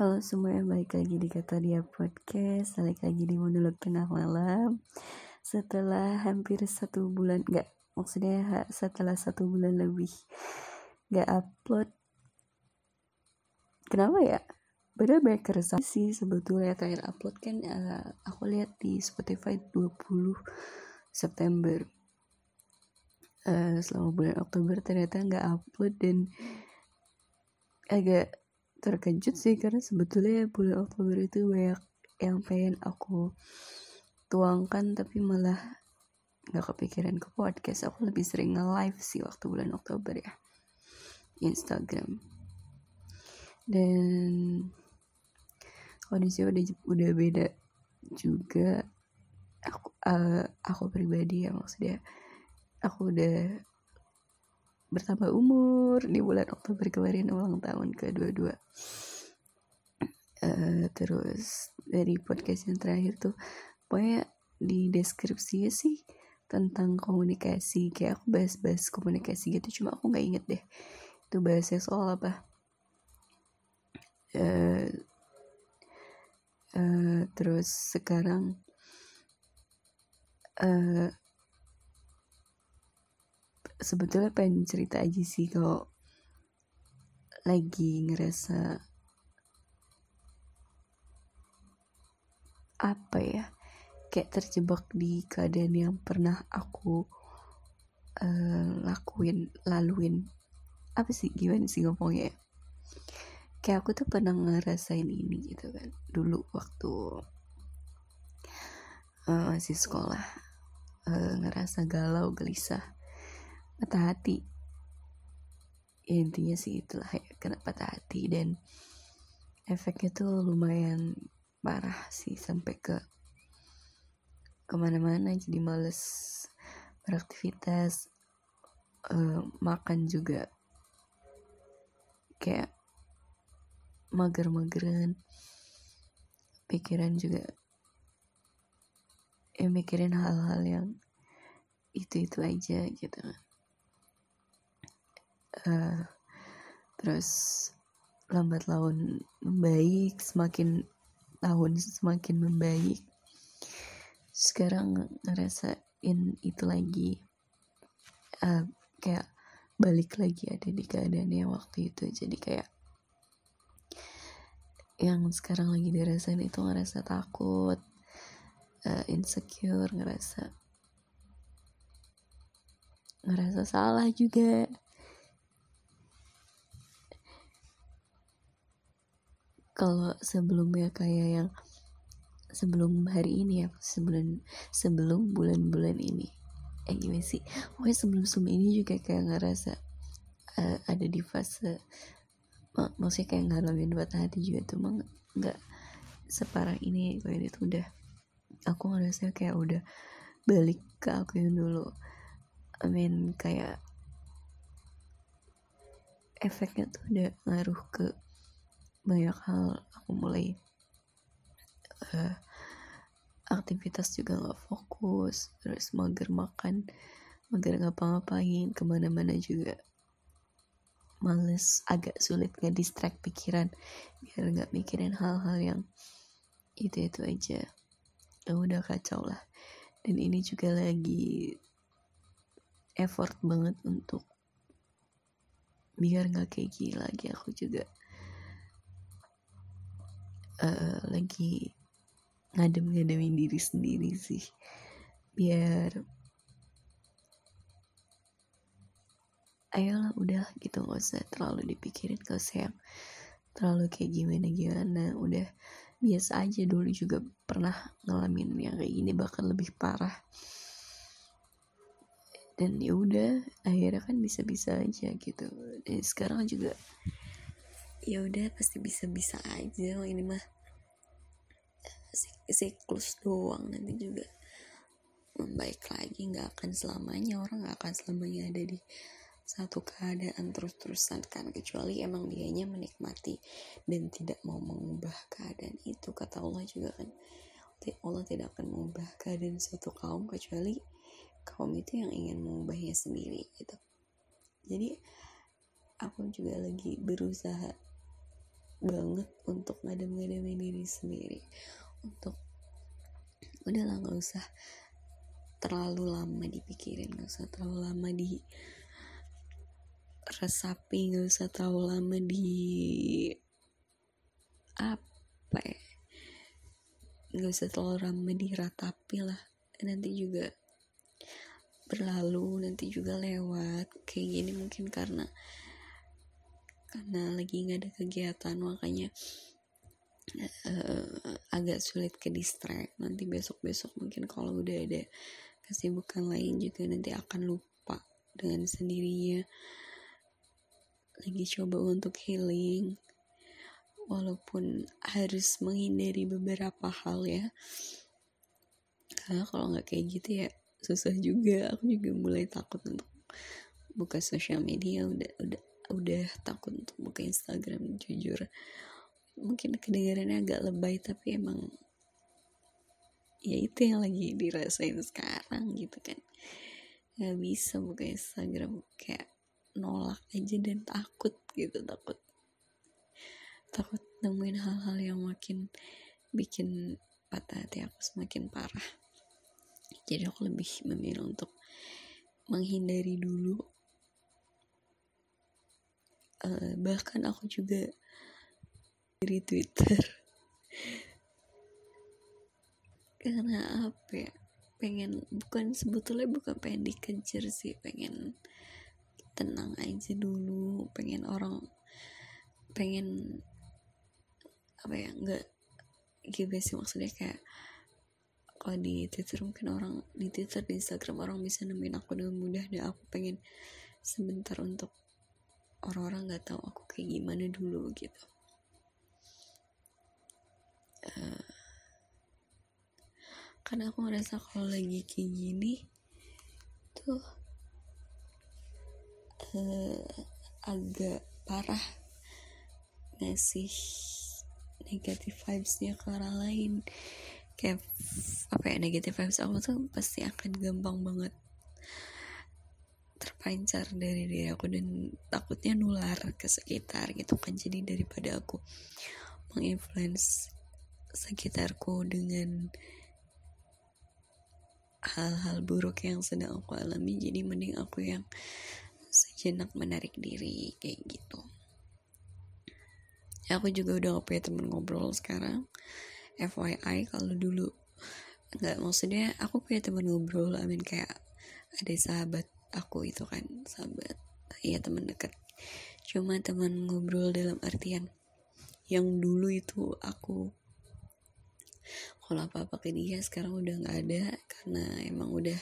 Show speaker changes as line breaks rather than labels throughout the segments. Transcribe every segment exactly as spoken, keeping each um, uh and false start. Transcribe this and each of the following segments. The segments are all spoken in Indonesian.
Halo semuanya, balik lagi di Kata Dia Podcast. Balik lagi di monolog tengah malam. Setelah hampir satu bulan, Gak, maksudnya setelah satu bulan lebih gak upload. Kenapa ya? Bener banyak keresahan sih sebetulnya. Terakhir upload kan uh, aku lihat di Spotify dua puluh September. uh, Selama bulan Oktober ternyata gak upload. Dan agak terkejut sih, karena sebetulnya bulan Oktober itu banyak yang pengen aku tuangkan, tapi malah gak kepikiran ke podcast. Aku lebih sering nge-live sih waktu bulan Oktober ya, Instagram. Dan kondisi udah udah beda juga. Aku uh, aku pribadi ya, maksudnya aku udah bertambah umur di bulan Oktober kemarin, ulang tahun ke dua puluh dua. Uh, terus dari podcast yang terakhir tuh, pokoknya di deskripsinya sih tentang komunikasi, kayak aku bahas-bahas komunikasi gitu, cuma aku nggak inget deh itu bahasnya soal apa. Uh, uh, terus sekarang uh, sebetulnya pengen cerita aja sih kalau lagi ngerasa apa ya, kayak terjebak di keadaan yang pernah aku uh, lakuin, laluin. Apa sih, gimana sih ngomongnya? Kayak aku tuh pernah ngerasain ini gitu kan, dulu waktu uh, masih sekolah, uh, ngerasa galau, gelisah, patah hati. Ya, intinya sih itulah ya, kena patah hati. Dan efeknya tuh lumayan parah sih, sampai ke kemana-mana, jadi males beraktivitas, uh, makan juga kayak mager-mageran, pikiran juga ya mikirin hal-hal yang itu-itu aja gitu. Uh, terus lambat laun membaik, semakin tahun semakin membaik. Sekarang ngerasain itu lagi, uh, kayak balik lagi ada di keadaannya waktu itu. Jadi kayak yang sekarang lagi dirasain itu ngerasa takut, uh, insecure, ngerasa ngerasa salah juga. Kalau sebelumnya kayak yang sebelum hari ini ya, sebelum sebelum bulan-bulan ini, eh gimana sih, pokoknya sebelum-sebelum ini juga kayak ngerasa uh, ada di fase mak- maksudnya kayak ngalamin patah hati juga tuh, emang nggak separah ini. Kayak itu udah, aku ngerasa kayak udah balik ke aku yang dulu. I mean kayak efeknya tuh udah ngaruh ke banyak hal. Aku mulai uh, aktivitas juga gak fokus, terus mager makan, mager ngapa-ngapain, kemana-mana juga males, agak sulit nge-distract pikiran biar gak mikirin hal-hal yang itu-itu aja. Ya udah kacau lah. Dan ini juga lagi effort banget untuk biar gak kayak gini lagi. Aku juga uh, lagi ngadem-ngademin diri sendiri sih, biar ayolah udah gitu, gak usah terlalu dipikirin, gak usah yang terlalu kayak gimana-gimana. Udah biasa aja, dulu juga pernah ngalamin yang kayak gini, bahkan lebih parah. Dan ya udah, akhirnya kan bisa-bisa aja gitu. Dan sekarang juga ya udah, pasti bisa-bisa aja. Ini mah siklus doang, nanti juga membaik lagi. Nggak akan selamanya, orang nggak akan selamanya ada di satu keadaan terus-terusan kan, kecuali emang dianya menikmati dan tidak mau mengubah keadaan itu. Kata Allah juga kan, Allah tidak akan mengubah keadaan suatu kaum kecuali kaum itu yang ingin mengubahnya sendiri gitu. Jadi aku juga lagi berusaha banget untuk ngadem-ngademin diri sendiri, untuk udahlah nggak usah terlalu lama dipikirin, nggak usah terlalu lama diresapi, nggak usah terlalu lama di apa ya nggak usah terlalu lama diratapi lah, nanti juga berlalu, nanti juga lewat. Kayak gini mungkin karena karena lagi nggak ada kegiatan, makanya uh, agak sulit ke distract. Nanti besok-besok mungkin kalau udah ada kesibukan lain juga nanti akan lupa dengan sendirinya. Lagi coba untuk healing, walaupun harus menghindari beberapa hal ya, karena kalau nggak kayak gitu ya susah juga. Aku juga mulai takut untuk buka sosial media, udah udah udah takut untuk buka Instagram. Jujur mungkin kedengarannya agak lebay, tapi emang ya itu yang lagi dirasain sekarang gitu kan. Nggak bisa buka Instagram, kayak nolak aja dan takut gitu, takut takut nemuin hal-hal yang makin bikin patah hati aku semakin parah. Jadi aku lebih memilih untuk menghindari dulu. Uh, bahkan aku juga dari Twitter karena apa ya, pengen, bukan sebetulnya bukan pengen dikejar sih, pengen tenang aja dulu, pengen orang pengen apa ya, nggak gitu sih maksudnya. Kayak kalau di Twitter mungkin orang di Twitter di Instagram orang bisa nemuin aku dengan mudah, dan aku pengen sebentar untuk orang-orang nggak tahu aku kayak gimana dulu gitu. Uh, karena aku ngerasa kalau lagi kayak gini tuh uh, agak parah ngasih negative vibes-nya ke orang lain. Kayak apa ya, negative vibes aku tuh pasti akan gampang banget terpancar dari diri aku, dan takutnya nular ke sekitar gitu kan. Jadi daripada aku menginfluence sekitarku dengan hal-hal buruk yang sedang aku alami, jadi mending aku yang sejenak menarik diri kayak gitu. Aku juga udah gak punya temen ngobrol sekarang, F Y I. Kalau dulu nggak, maksudnya aku punya temen ngobrol, I mean kayak ada sahabat aku itu kan, sahabat ya, teman dekat. Cuma teman ngobrol dalam artian yang dulu itu aku kalau apa-apa ke dia, sekarang udah nggak ada karena emang udah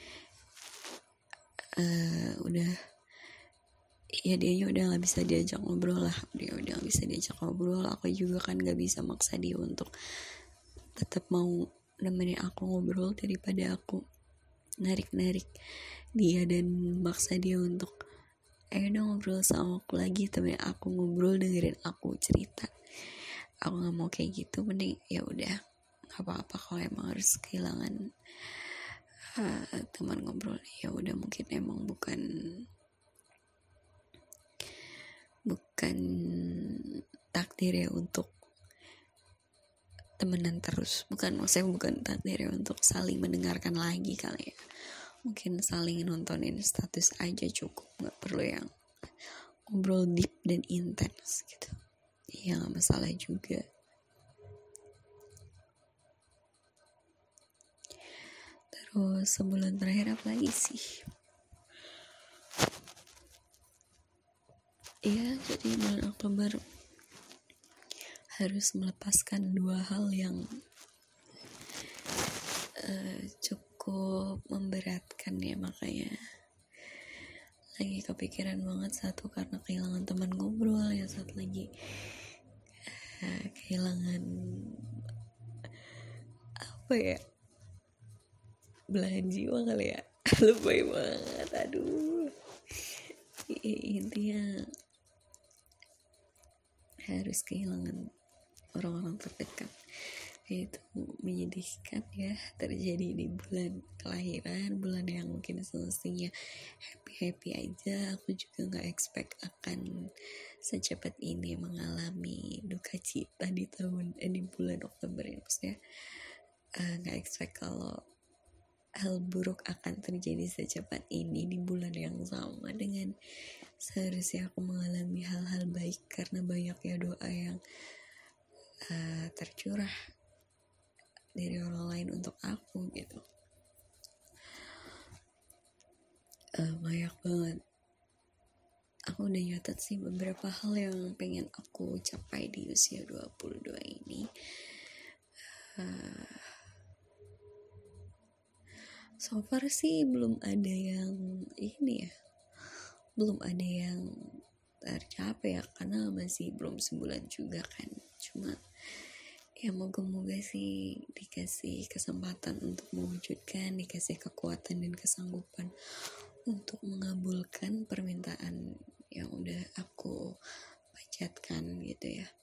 uh, udah ya dia udah nggak bisa diajak ngobrol lah, dia udah nggak bisa diajak ngobrol. Aku juga kan nggak bisa maksa dia untuk tetap mau nemenin aku ngobrol, daripada aku narik-narik dia dan maksa dia untuk ayo dong ngobrol sama aku lagi, temenin aku ngobrol, dengerin aku cerita. Aku nggak mau kayak gitu, mending ya udah nggak apa-apa kalau emang harus kehilangan uh, teman ngobrol, ya udah mungkin emang bukan bukan takdir ya untuk temenan terus, bukan maksudnya bukan takdir ya untuk saling mendengarkan lagi kali ya. Mungkin saling nontonin status aja cukup, nggak perlu yang ngobrol deep dan intens gitu. Ya nggak masalah juga. Terus sebulan terakhir apa lagi sih? Ya jadi bulan Oktober harus melepaskan dua hal yang uh, cukup memberatkan ya, makanya lagi kepikiran banget. Satu karena kehilangan teman ngobrol, yang satu lagi uh, kehilangan apa ya, belahan jiwa kali ya. Lebay banget, aduh. Intinya harus kehilangan orang-orang terdekat, itu menyedihkan ya, terjadi di bulan kelahiran, bulan yang mungkin semestinya happy-happy aja. Aku juga gak expect akan secepat ini mengalami duka cita di tahun eh, di bulan Oktober ini. Maksudnya uh, gak expect kalau hal buruk akan terjadi secepat ini di bulan yang sama dengan seharusnya aku mengalami hal-hal baik, karena banyaknya doa yang uh, tercurah dari orang lain untuk aku gitu. Uh, banyak banget. Aku udah nyatet sih beberapa hal yang pengen aku capai di usia dua puluh dua ini. Uh, so far sih belum ada yang ini ya, belum ada yang tercapai ya, karena masih belum sebulan juga kan. Cuma ya moga-moga sih dikasih kesempatan untuk mewujudkan, dikasih kekuatan dan kesanggupan untuk mengabulkan permintaan yang udah aku pacatkan gitu ya.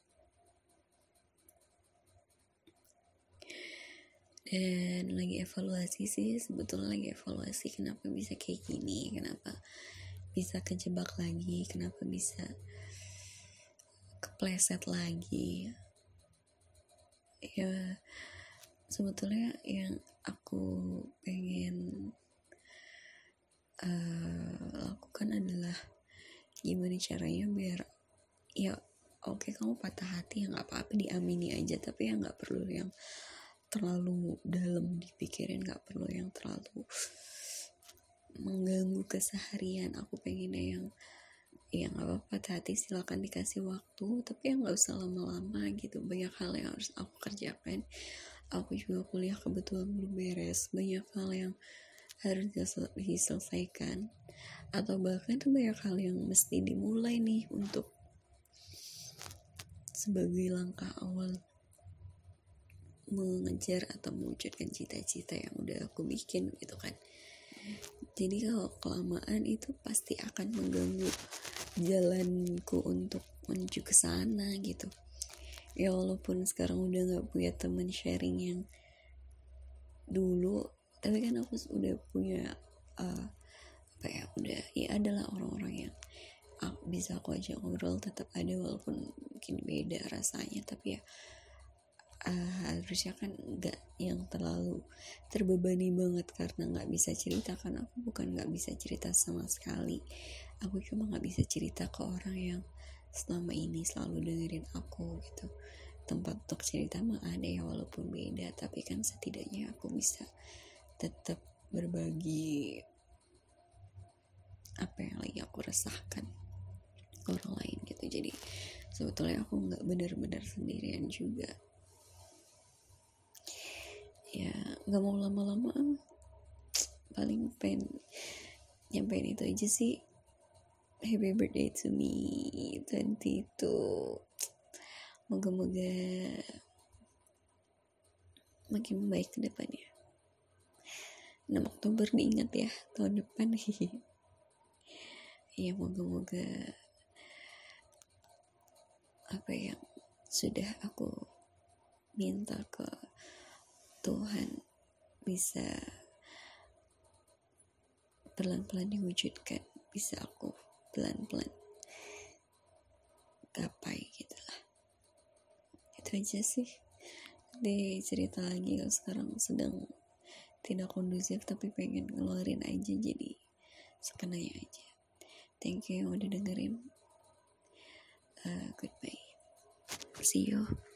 Dan lagi evaluasi sih, sebetulnya lagi evaluasi kenapa bisa kayak gini, kenapa bisa kejebak lagi, kenapa bisa kepleset lagi. Ya sebetulnya yang aku pengen uh, lakukan adalah gimana caranya biar ya oke okay, kamu patah hati ya nggak apa-apa, diamini aja, tapi ya nggak perlu yang terlalu dalam dipikirin, nggak perlu yang terlalu mengganggu keseharian. Aku pengennya yang ya nggak apa-apa, patah hati silakan dikasih waktu, tapi ya nggak usah lama-lama gitu. Banyak hal yang harus aku kerjakan. Aku juga kuliah kebetulan belum beres, banyak hal yang harus diselesaikan, atau bahkan tuh banyak hal yang mesti dimulai nih untuk sebagai langkah awal mengejar atau mewujudkan cita-cita yang udah aku bikin gitu kan. Jadi kalau kelamaan itu pasti akan mengganggu jalanku untuk menuju ke sana gitu. Ya walaupun sekarang udah gak punya teman sharing yang dulu, tapi kan aku udah punya uh, apa ya, udah ya adalah orang-orang yang uh, bisa aku ajak ngobrol, tetap ada walaupun mungkin beda rasanya, tapi ya Uh, harusnya kan nggak yang terlalu terbebani banget karena nggak bisa cerita. Kan aku bukan nggak bisa cerita sama sekali, aku cuma nggak bisa cerita ke orang yang selama ini selalu dengerin aku gitu. Tempat untuk cerita mah ada ya walaupun beda, tapi kan setidaknya aku bisa tetap berbagi apa yang lagi aku resahkan ke orang lain gitu. Jadi sebetulnya aku nggak benar-benar sendirian juga ya. Nggak mau lama-lama, paling pengen nyampein itu aja sih. Happy birthday to me dua puluh dua. Moga-moga makin baik ke depannya. enam Oktober diingat ya, tahun depan. Ya moga-moga apa yang sudah aku minta ke Tuhan bisa pelan-pelan diwujudkan, bisa aku pelan-pelan gapai gitu lah. Itu aja sih. Nanti cerita lagi, kalau sekarang sedang tidak kondusif, tapi pengen ngeluarin aja, jadi sekenanya aja. Thank you yang udah dengerin. uh, Goodbye, see you.